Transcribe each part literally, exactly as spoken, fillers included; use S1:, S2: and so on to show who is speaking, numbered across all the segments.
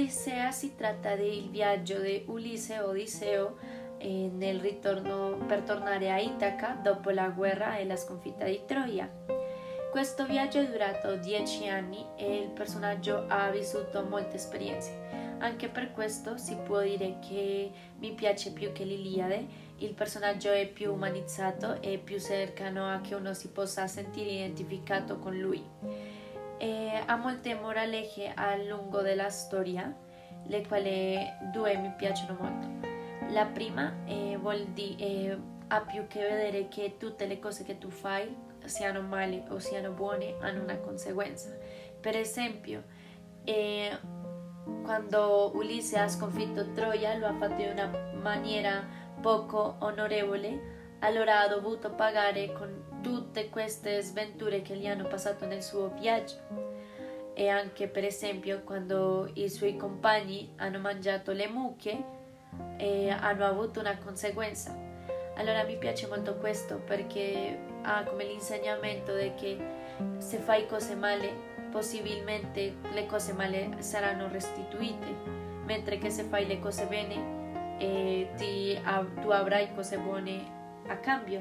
S1: L'Odissea si tratta del viaggio di Ulisse o Odisseo eh, nel ritorno per tornare a Itaca dopo la guerra e la sconfitta di Troia. Questo viaggio è durato dieci anni e il personaggio ha vissuto molte esperienze. Anche per questo si può dire che mi piace più che l'Iliade. Il personaggio è più umanizzato e più cercano a che uno si possa sentire identificato con lui. E ha molte moraleje a lungo della storia, le quali due mi piacciono molto. La prima eh, vuol di, eh, ha più che vedere che tutte le cose che tu fai, siano male o siano buone, hanno una conseguenza. Per esempio, eh, quando Ulisse ha sconfitto Troia lo ha fatto in una maniera poco onorevole, allora ha dovuto pagare con tutte queste sventure che gli hanno passato nel suo viaggio. E anche per esempio quando i suoi compagni hanno mangiato le mucche eh, hanno avuto una conseguenza. Allora mi piace molto questo perché ha come l'insegnamento di che se fai cose male possibilmente le cose male saranno restituite, mentre che se fai le cose bene eh, ti, tu avrai cose buone a cambio.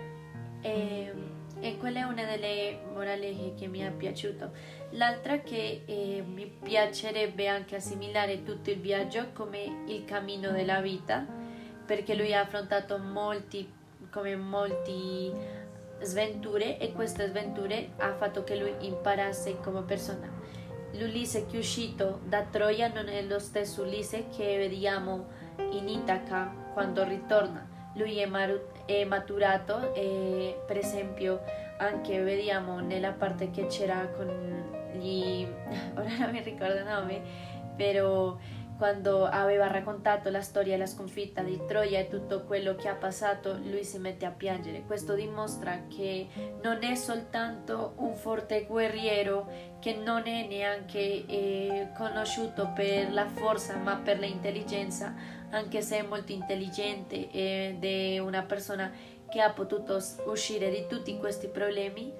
S1: E, e quella è una delle moraleje che mi è piaciuto. L'altra che eh, mi piacerebbe anche assimilare tutto il viaggio come il cammino della vita, perché lui ha affrontato molti, come molti sventure e queste sventure ha fatto che lui imparasse come persona. L'Ulisse che è uscito da Troia non è lo stesso Ulisse che vediamo in Itaca quando ritorna. Lui è, maru- è maturato e per esempio anche vediamo nella parte che c'era con gli ora non mi ricordo il nome, però quando aveva raccontato la storia della sconfitta di Troia e tutto quello che ha passato, lui si mette a piangere. Questo dimostra che non è soltanto un forte guerriero, che non è neanche eh, conosciuto per la forza ma per l'intelligenza, anche se è molto intelligente ed è una persona che ha potuto uscire di tutti questi problemi,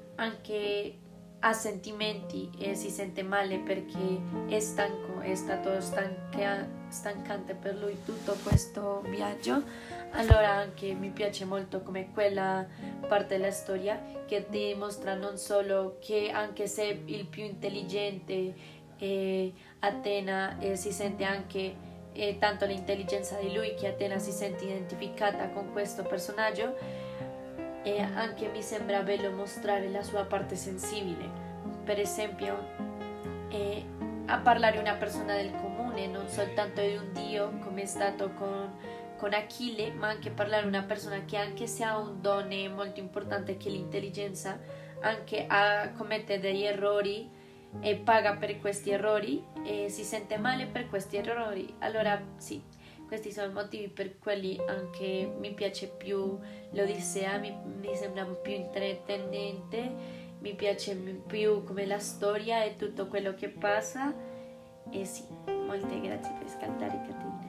S1: anche ha sentimenti e si sente male perché è stanco, è stato stanca, stancante per lui tutto questo viaggio. Allora anche mi piace molto come quella parte della storia che dimostra non solo che anche se il più intelligente è Atena eh, si sente anche eh, tanto l'intelligenza di lui che Atena si sente identificata con questo personaggio. E anche mi sembra bello mostrare la sua parte sensibile, per esempio eh, a parlare una persona del comune, non soltanto di un dio come è stato con, con Achille, ma anche parlare una persona che anche se ha un dono molto importante che è l'intelligenza, anche a, commette degli errori e paga per questi errori e si sente male per questi errori. Allora sì, questi sono i motivi per quelli anche mi piace più l'Odissea, mi, mi sembra più intrattenente, mi piace più come la storia e tutto quello che passa. E sì, molte grazie per ascoltare, Caterina.